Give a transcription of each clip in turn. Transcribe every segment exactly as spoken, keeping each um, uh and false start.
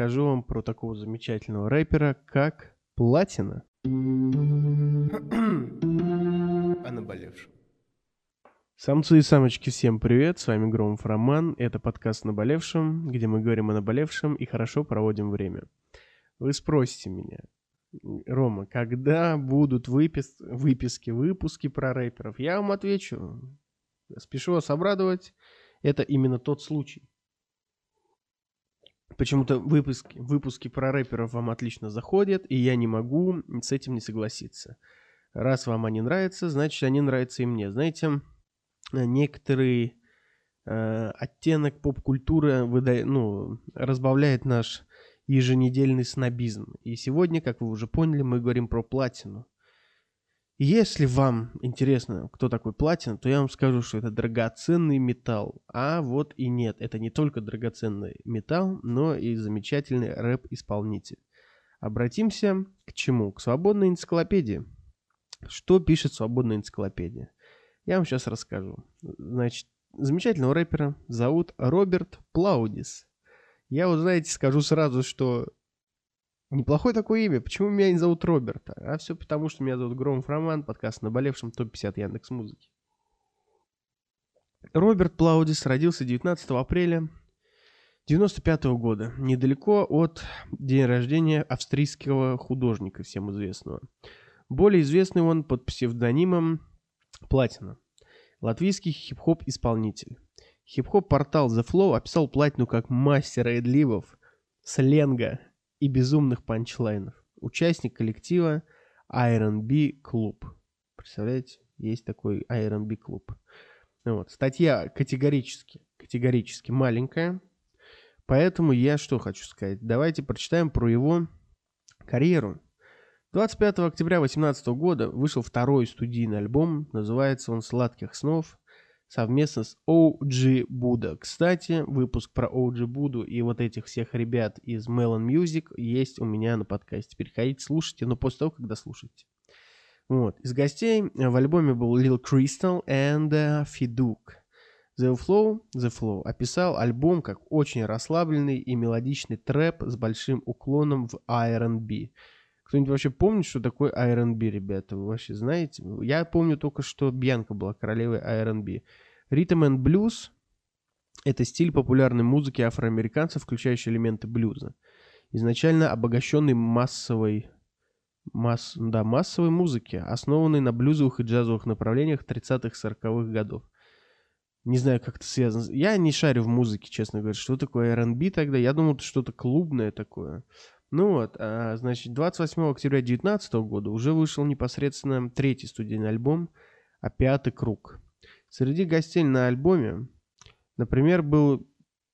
расскажу вам про такого замечательного рэпера, как Платина. О наболевшем. Самцы и самочки, всем привет, с вами Громов Роман, это подкаст «Наболевшем», где мы говорим о наболевшем и хорошо проводим время. Вы спросите меня: Рома, когда будут выпис... выписки, выпуски про рэперов? Я вам отвечу, спешу вас обрадовать, это именно тот случай. Почему-то выпуски, выпуски про рэперов вам отлично заходят, и я не могу с этим не согласиться. Раз вам они нравятся, значит, они нравятся и мне. Знаете, некоторый э, оттенок поп-культуры выда... ну, разбавляет наш еженедельный снобизм. И сегодня, как вы уже поняли, мы говорим про Платину. Если вам интересно, кто такой Платина, то я вам скажу, что это драгоценный металл. А вот и нет, это не только драгоценный металл, но и замечательный рэп-исполнитель. Обратимся к чему? К свободной энциклопедии. Что пишет свободная энциклопедия? Я вам сейчас расскажу. Значит, замечательного рэпера зовут Роберт Плаудис. Я вот, знаете, скажу сразу, что неплохое такое имя. Почему меня не зовут Роберта? А все потому, что меня зовут Громов Роман, подкаст «Наболевшем», топ пятьдесят Яндекс.Музыки. Роберт Плаудис родился девятнадцатого апреля девяносто пятого года, недалеко от дня рождения австрийского художника, всем известного. Более известный он под псевдонимом Платина. Латвийский хип-хоп-исполнитель. Хип-хоп-портал The Flow описал Платину как мастера эдливов, сленга и безумных панчлайнов. Участник коллектива ай ар энд би Club. Представляете, есть такой ай ар энд би Club. Вот. Статья категорически, категорически маленькая, поэтому я что хочу сказать. Давайте прочитаем про его карьеру. двадцать пятого октября две тысячи восемнадцатого года вышел второй студийный альбом, называется он «Сладких снов», совместно с о джи Buddha. Кстати, выпуск про о джи Buddha и вот этих всех ребят из Melon Music есть у меня на подкасте. Переходите, слушайте, но после того, когда слушаете. Вот. Из гостей в альбоме был Lil Crystal and uh, Fiduk. The Flow, The Flow описал альбом как очень расслабленный и мелодичный трэп с большим уклоном в ай ар энд би. Кто-нибудь вообще помнит, что такое ай ар энд би, ребята? Вы вообще знаете? Я помню только, что Бьянка была королевой ай ар энд би. Rhythm and Blues — это стиль популярной музыки афроамериканцев, включающий элементы блюза. Изначально обогащенный массовой, масс, да, массовой музыки, основанной на блюзовых и джазовых направлениях тридцатых-сороковых годов. Не знаю, как это связано. Я не шарю в музыке, честно говоря. Что такое ай ар энд би тогда? Я думал, это что-то клубное такое. Ну вот, а, значит, двадцать восьмого октября две тысячи девятнадцатого года уже вышел непосредственно третий студийный альбом «А пятый круг». Среди гостей на альбоме, например, был...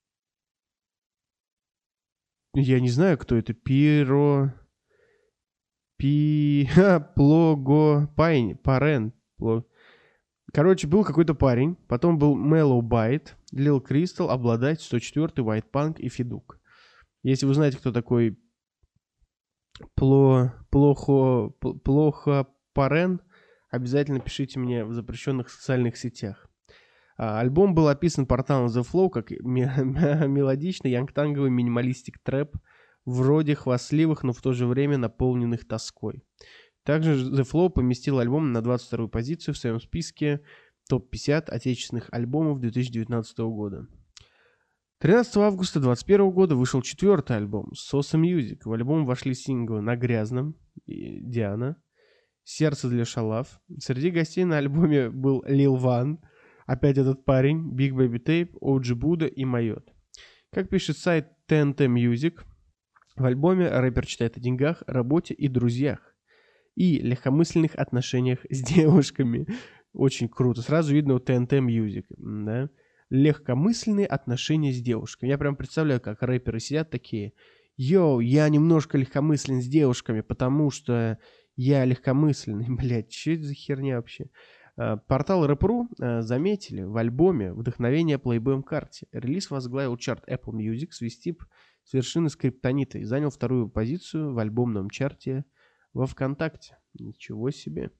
Я не знаю, кто это. Пиро... Пи... Плого... Пайн... Парен... Пло... Короче, был какой-то парень. Потом был Mellow Bite, Lil Crystal, Обладатель, сто четвёртый, White Punk и Фидук. Если вы знаете, кто такой Пло... Плохо... Плохо Парен, обязательно пишите мне в запрещенных социальных сетях. А, альбом был описан порталом The Flow как мелодичный янгтанговый минималистик трэп, вроде хвастливых, но в то же время наполненных тоской. Также The Flow поместил альбом на двадцать вторую позицию в своем списке топ пятьдесят отечественных альбомов две тысячи девятнадцатого года. тринадцатого августа две тысячи двадцать первого года вышел четвертый альбом Sosa Music. В альбом вошли синглы «На грязном» и «Диана», «Сердце для шалав». Среди гостей на альбоме был Lil Van, опять этот парень, Big Baby Tape, о джи Buddha и Майот. Как пишет сайт ти эн ти Music, в альбоме рэпер читает о деньгах, работе и друзьях. И легкомысленных отношениях с девушками. Очень круто. Сразу видно у ти эн ти Music. Да? Легкомысленные отношения с девушками. Я прям представляю, как рэперы сидят такие: йоу, я немножко легкомыслен с девушками, потому что я легкомысленный. Блядь, что это за херня вообще? Портал рэп точка ру заметили в альбоме вдохновение Playboy Carti. Релиз возглавил чарт Apple Music с вестип с вершины скриптонита и занял вторую позицию в альбомном чарте во ВКонтакте. Ничего себе.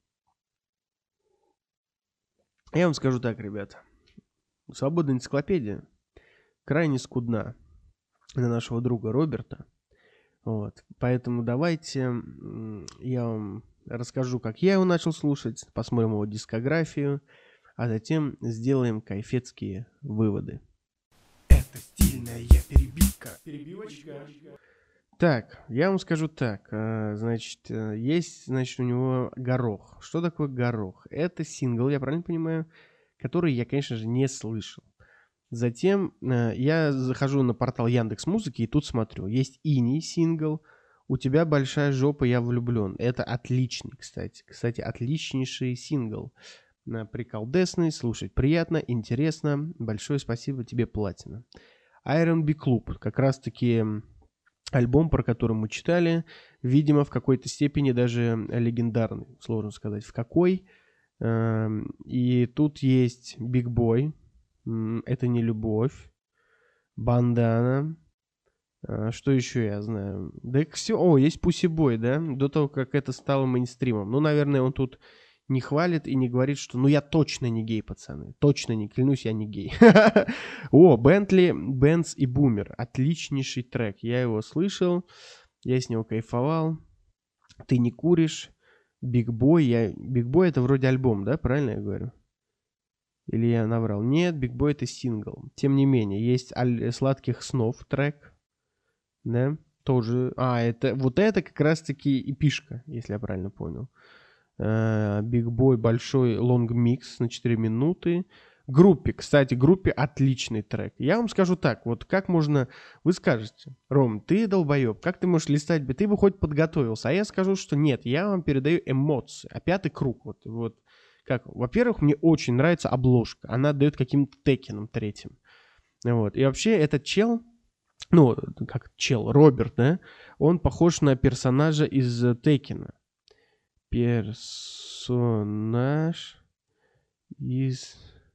Я вам скажу так, ребята. Свободная энциклопедия крайне скудна на нашего друга Роберта. Вот. Поэтому давайте м, я вам расскажу, как я его начал слушать, посмотрим его дискографию, а затем сделаем кайфецкие выводы. Это стильная перебивка. Перебивочка. Так, я вам скажу так. э, Значит, э, есть, значит, у него горох. Что такое горох? Это сингл, я правильно понимаю, который я, конечно же, не слышал. Затем э, я захожу на портал Яндекс.Музыки и тут смотрю. Есть иней сингл. У тебя большая жопа, я влюблен. Это отличный, кстати. Кстати, отличнейший сингл. Э, Приколдесный, слушать приятно, интересно. Большое спасибо тебе, Платина. Iron Bee Club. Как раз-таки м, альбом, про который мы читали. Видимо, в какой-то степени даже легендарный. Сложно сказать, в какой. Эм, И тут есть Big Boy. М, Это не любовь. Бандана. А, Что еще я знаю? Да все. О, есть Pussy Boy, да? До того, как это стало мейнстримом. Ну, наверное, он тут не хвалит и не говорит, что ну я точно не гей, пацаны. Точно не, клянусь, я не гей. О, Бентли, Бенц и Бумер. Отличнейший трек. Я его слышал. Я с него кайфовал. Ты не куришь. Big Boy. Я... Big Boy это вроде альбом, да? Правильно я говорю? Или я наврал? Нет, Big Boy это сингл. Тем не менее, есть аль- «Сладких снов» трек, да, тоже. А, это, вот это как раз-таки эпишка, если я правильно понял. Э, Big Boy большой лонг микс на четыре минуты. Группе, кстати, группе отличный трек. Я вам скажу так, вот как можно... Вы скажете, Ром, ты долбоеб, как ты можешь листать? Ты бы хоть подготовился. А я скажу, что нет, я вам передаю эмоции. А пятый круг, вот, вот как, во-первых, мне очень нравится обложка. Она дает каким-то Текином третьим. Вот. И вообще этот чел, ну, как чел, Роберт, да, он похож на персонажа из Текина. Персонаж из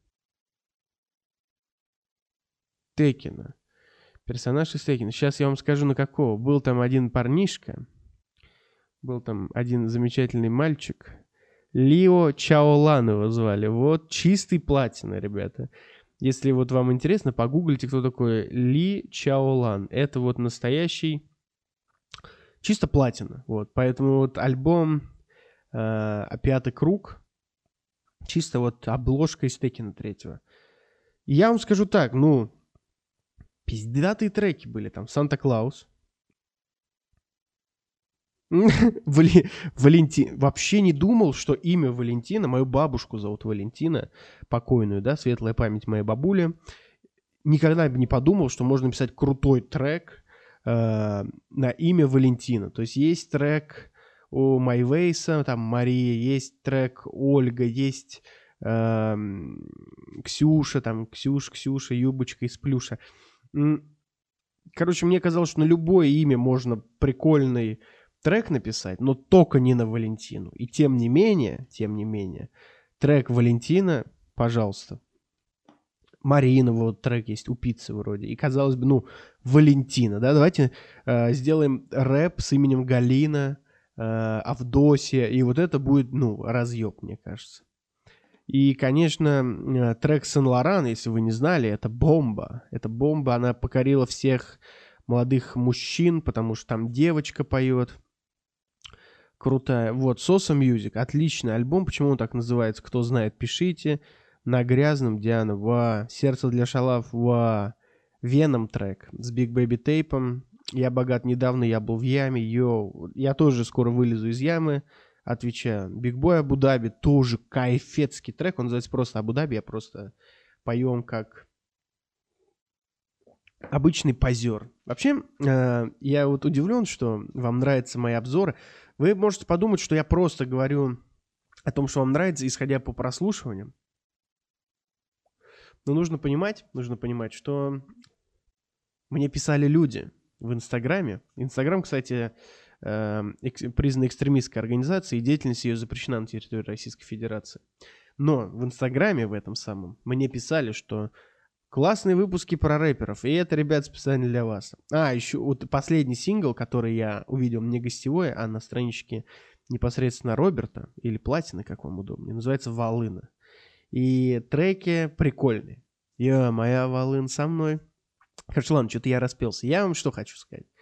Текина. Персонаж из Текина. Сейчас я вам скажу, на какого. Был там один парнишка, был там один замечательный мальчик. Лио Чаолан его звали. Вот чистый платина, ребята. Если вот вам интересно, погуглите, кто такой Ли Чаолан. Это вот настоящий чисто платина. Вот. Поэтому вот альбом э, «Пятый круг» чисто вот обложка из Текина третьего. И я вам скажу так, ну, пиздатые треки были там. «Санта-Клаус». Вали... Валентин. Вообще не думал, что имя Валентина, мою бабушку зовут Валентина, покойную, да, светлая память моей бабули. Никогда бы не подумал, что можно написать крутой трек э, на имя Валентина. То есть есть трек у Майвейса, там Мария, есть трек Ольга, есть э, Ксюша, там Ксюш, Ксюша, юбочка из плюша. Короче, мне казалось, что на любое имя можно прикольный трек написать, но только не на Валентину. И тем не менее, тем не менее, трек Валентина, пожалуйста. Марина, вот трек есть у Пиццы вроде. И казалось бы, ну, Валентина, да, давайте э, сделаем рэп с именем Галина, э, Авдосия, и вот это будет, ну, разъеб, мне кажется. И, конечно, трек Сен-Лоран, если вы не знали, это бомба. Это бомба, она покорила всех молодых мужчин, потому что там девочка поет. Крутая. Вот, Sosa Music, отличный альбом. Почему он так называется? Кто знает, пишите. На грязном, Диана, ва. Сердце для шалав, ва. Веном трек с Big Baby Тейпом. Я богат недавно, я был в яме, йоу. Я тоже скоро вылезу из ямы. Отвечаю. Big Boy Абу-Даби, тоже кайфецкий трек. Он называется просто Абу-Даби. Я просто поем как обычный позер. Вообще, э, я вот удивлен, что вам нравятся мои обзоры. Вы можете подумать, что я просто говорю о том, что вам нравится, исходя по прослушиваниям. Но нужно понимать, нужно понимать, что мне писали люди в Инстаграме. Инстаграм, кстати, э, экс- признана экстремистской организацией, и деятельность ее запрещена на территории Российской Федерации. Но в Инстаграме в этом самом мне писали, что классные выпуски про рэперов, и это, ребят, специально для вас. А, еще вот последний сингл, который я увидел, не гостевой, а на страничке непосредственно Роберта, или Платина, как вам удобнее, называется «Волына». И треки прикольные. Я, моя волын со мной. Короче, ладно, что-то я распелся. Я вам что хочу сказать.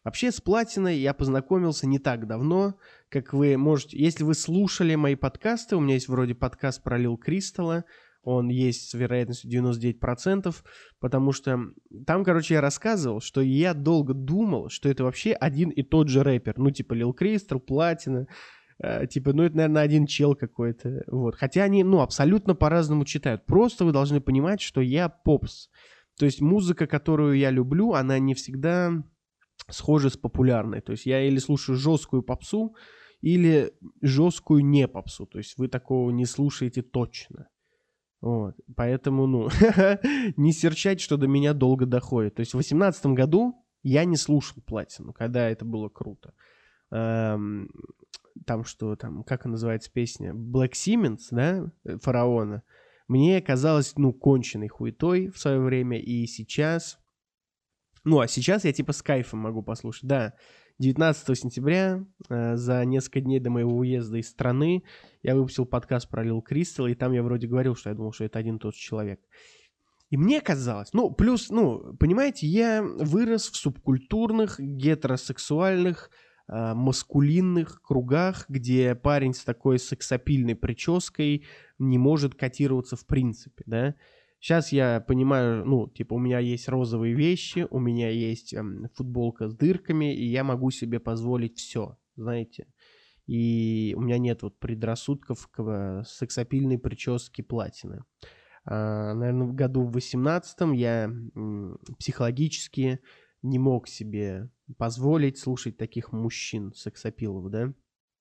Вообще с платиной я познакомился не так давно, как вы можете... Если вы слушали мои подкасты, у меня есть вроде подкаст про Лил Кристалла, он есть с вероятностью девяносто девять процентов, потому что там, короче, я рассказывал, что я долго думал, что это вообще один и тот же рэпер. Ну, типа Лил Кристалл, Платина, э, типа, ну, это, наверное, один чел какой-то. Вот. Хотя они, ну, абсолютно по-разному читают. Просто вы должны понимать, что я попс. То есть музыка, которую я люблю, она не всегда схожа с популярной. То есть я или слушаю жесткую попсу, или жесткую не попсу. То есть вы такого не слушаете точно. Вот, поэтому, ну, не серчать, что до меня долго доходит. То есть в восемнадцатом году я не слушал Платину, когда это было круто. Эм, там что, там, как называется песня? Black Siemens, да, Фараона. Мне казалось, ну, конченой хуетой в свое время, и сейчас... Ну, а сейчас я типа с кайфом могу послушать, да. девятнадцатого сентября, э, за несколько дней до моего уезда из страны, я выпустил подкаст про Лил Кристалла, и там я вроде говорил, что я думал, что это один и тот же человек. И мне казалось, ну, плюс, ну, понимаете, я вырос в субкультурных, гетеросексуальных, э, маскулинных кругах, где парень с такой сексапильной прической не может котироваться в принципе, да. Сейчас я понимаю, ну, типа, у меня есть розовые вещи, у меня есть эм, футболка с дырками, и я могу себе позволить все, знаете. И у меня нет вот предрассудков к э, сексапильной прическе Платины. А, наверное, в году в восемнадцатом я м, психологически не мог себе позволить слушать таких мужчин сексапилов, да.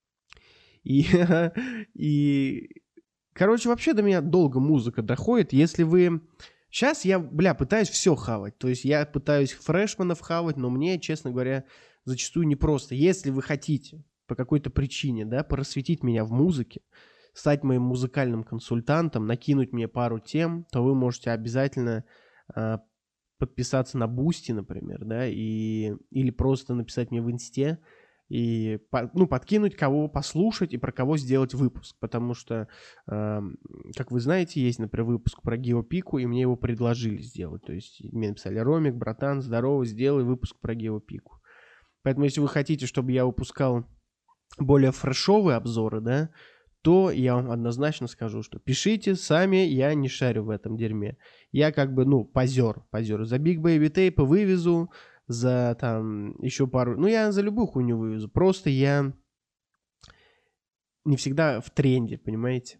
И, и короче, вообще до меня долго музыка доходит. Если вы... Сейчас я, бля, пытаюсь все хавать. То есть я пытаюсь фрешманов хавать, но мне, честно говоря, зачастую непросто. Если вы хотите по какой-то причине, да, просветить меня в музыке, стать моим музыкальным консультантом, накинуть мне пару тем, то вы можете обязательно э, подписаться на Boosty, например, да, и... или просто написать мне в инсте, и, ну, подкинуть, кого послушать и про кого сделать выпуск. Потому что, э, как вы знаете, есть, например, выпуск про Геопику, и мне его предложили сделать. То есть мне написали: Ромик, братан, здорово, сделай выпуск про Геопику. Поэтому, если вы хотите, чтобы я выпускал более фрешовые обзоры, да, то я вам однозначно скажу, что пишите сами, я не шарю в этом дерьме. Я как бы, ну, позер, позер. За Big Baby Tape вывезу, за там еще пару... Ну, я за любую хуйню вывезу. Просто я не всегда в тренде, понимаете?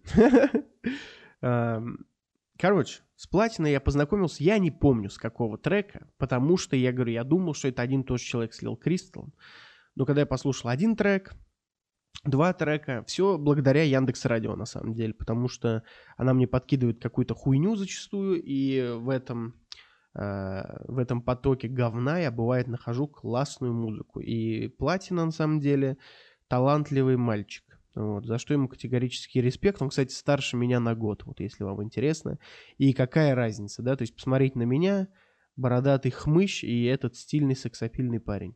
Короче, с Платиной я познакомился, я не помню с какого трека, потому что, я говорю, я думал, что это один и тот же человек с Лил Кристаллом. Но когда я послушал один трек, два трека, все благодаря Яндекс.Радио, на самом деле, потому что она мне подкидывает какую-то хуйню зачастую, и в этом... в этом потоке говна я, бывает, нахожу классную музыку. И Платина, на самом деле, талантливый мальчик. Вот, за что ему категорический респект. Он, кстати, старше меня на год, вот если вам интересно. И какая разница, да? То есть посмотреть на меня, бородатый хмыщ и этот стильный сексапильный парень.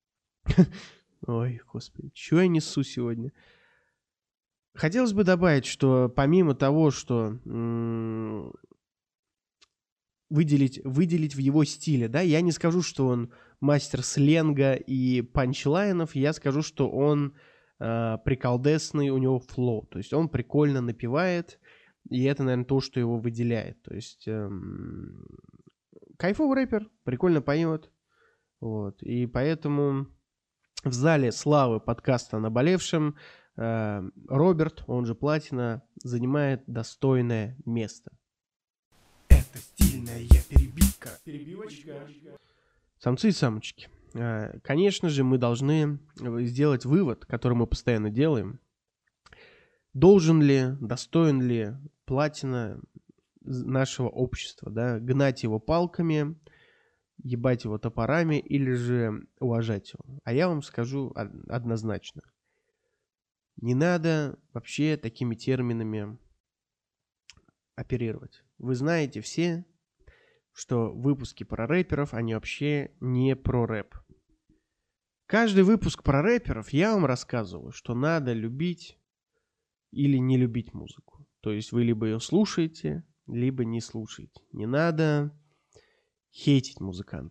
Ой, господи, что я несу сегодня? Хотелось бы добавить, что помимо того, что... М- Выделить, выделить в его стиле, да, я не скажу, что он мастер сленга и панчлайнов, я скажу, что он э, приколдесный, у него флоу, то есть он прикольно напевает, и это, наверное, то, что его выделяет, то есть эм, кайфовый рэпер, прикольно поет, вот, и поэтому в зале славы подкаста о наболевшем э, Роберт, он же Платина, занимает достойное место. Это стильная перебивка. Перебивочка. Самцы и самочки. Конечно же, мы должны сделать вывод, который мы постоянно делаем. Должен ли, достоин ли Платина нашего общества, да, гнать его палками, ебать его топорами или же уважать его? А я вам скажу однозначно. Не надо вообще такими терминами оперировать. Вы знаете все, что выпуски про рэперов, они вообще не про рэп. Каждый выпуск про рэперов я вам рассказываю, что надо любить или не любить музыку. То есть вы либо ее слушаете, либо не слушаете. Не надо хейтить музыкантов.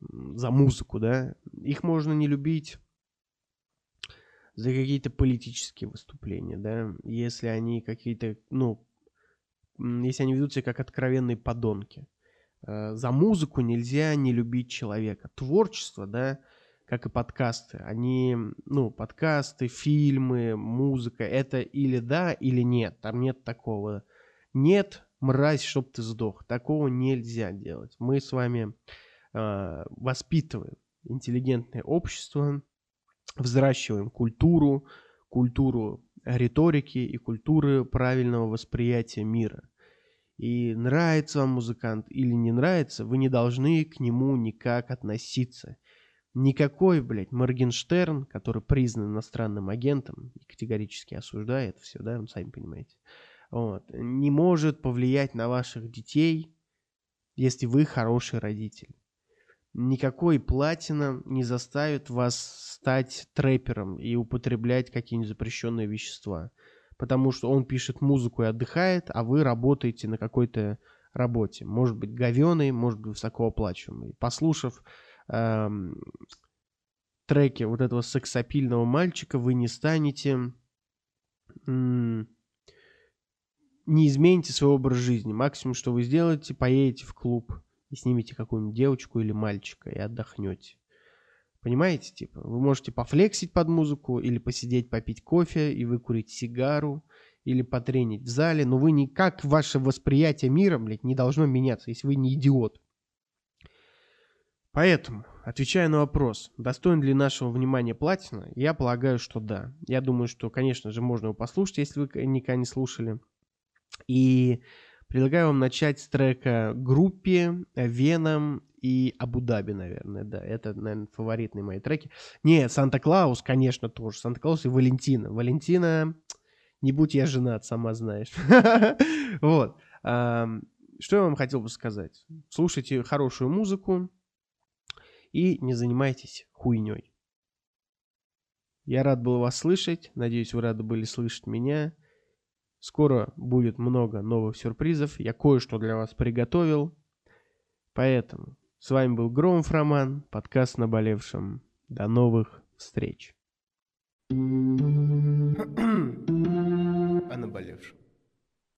за музыку, да. Их можно не любить за какие-то политические выступления, да, если они какие-то, ну, если они ведут себя как откровенные подонки. За музыку нельзя не любить человека. Творчество, да, как и подкасты, они, ну, подкасты, фильмы, музыка, это или да, или нет. Там нет такого. Нет, мразь, чтоб ты сдох. Такого нельзя делать. Мы с вами э, воспитываем интеллигентное общество, взращиваем культуру, культуру риторики и культуры правильного восприятия мира. И нравится вам музыкант или не нравится, вы не должны к нему никак относиться. Никакой, блядь, Моргенштерн, который признан иностранным агентом и категорически осуждает все, да, вы сами понимаете, вот, не может повлиять на ваших детей, если вы хороший родитель. Никакой платина не заставит вас стать трэпером и употреблять какие-нибудь запрещенные вещества. Потому что он пишет музыку и отдыхает, а вы работаете на какой-то работе. Может быть, говёной, может быть, высокооплачиваемой. Послушав эм, треки вот этого сексапильного мальчика, вы не станете... М- не измените свой образ жизни. Максимум, что вы сделаете, поедете в клуб и снимете какую-нибудь девочку или мальчика и отдохнете. Понимаете, типа, вы можете пофлексить под музыку, или посидеть, попить кофе, и выкурить сигару, или потренить в зале, но вы никак, ваше восприятие мира, блядь, не должно меняться, если вы не идиот. Поэтому, отвечая на вопрос, достоин ли нашего внимания платина, я полагаю, что да. Я думаю, что, конечно же, можно его послушать, если вы никогда не слушали. И предлагаю вам начать с трека «Группе», «Веном» и «Абу-Даби», наверное, да. Это, наверное, фаворитные мои треки. Не, «Санта-Клаус», конечно, тоже. «Санта-Клаус» и «Валентина». «Валентина», не будь я женат, сама знаешь. Вот. Что я вам хотел бы сказать? Слушайте хорошую музыку и не занимайтесь хуйней. Я рад был вас слышать. Надеюсь, вы рады были слышать меня. Скоро будет много новых сюрпризов. Я кое-что для вас приготовил. Поэтому с вами был Громов Роман, подкаст «Наболевшем». До новых встреч. О наболевшем.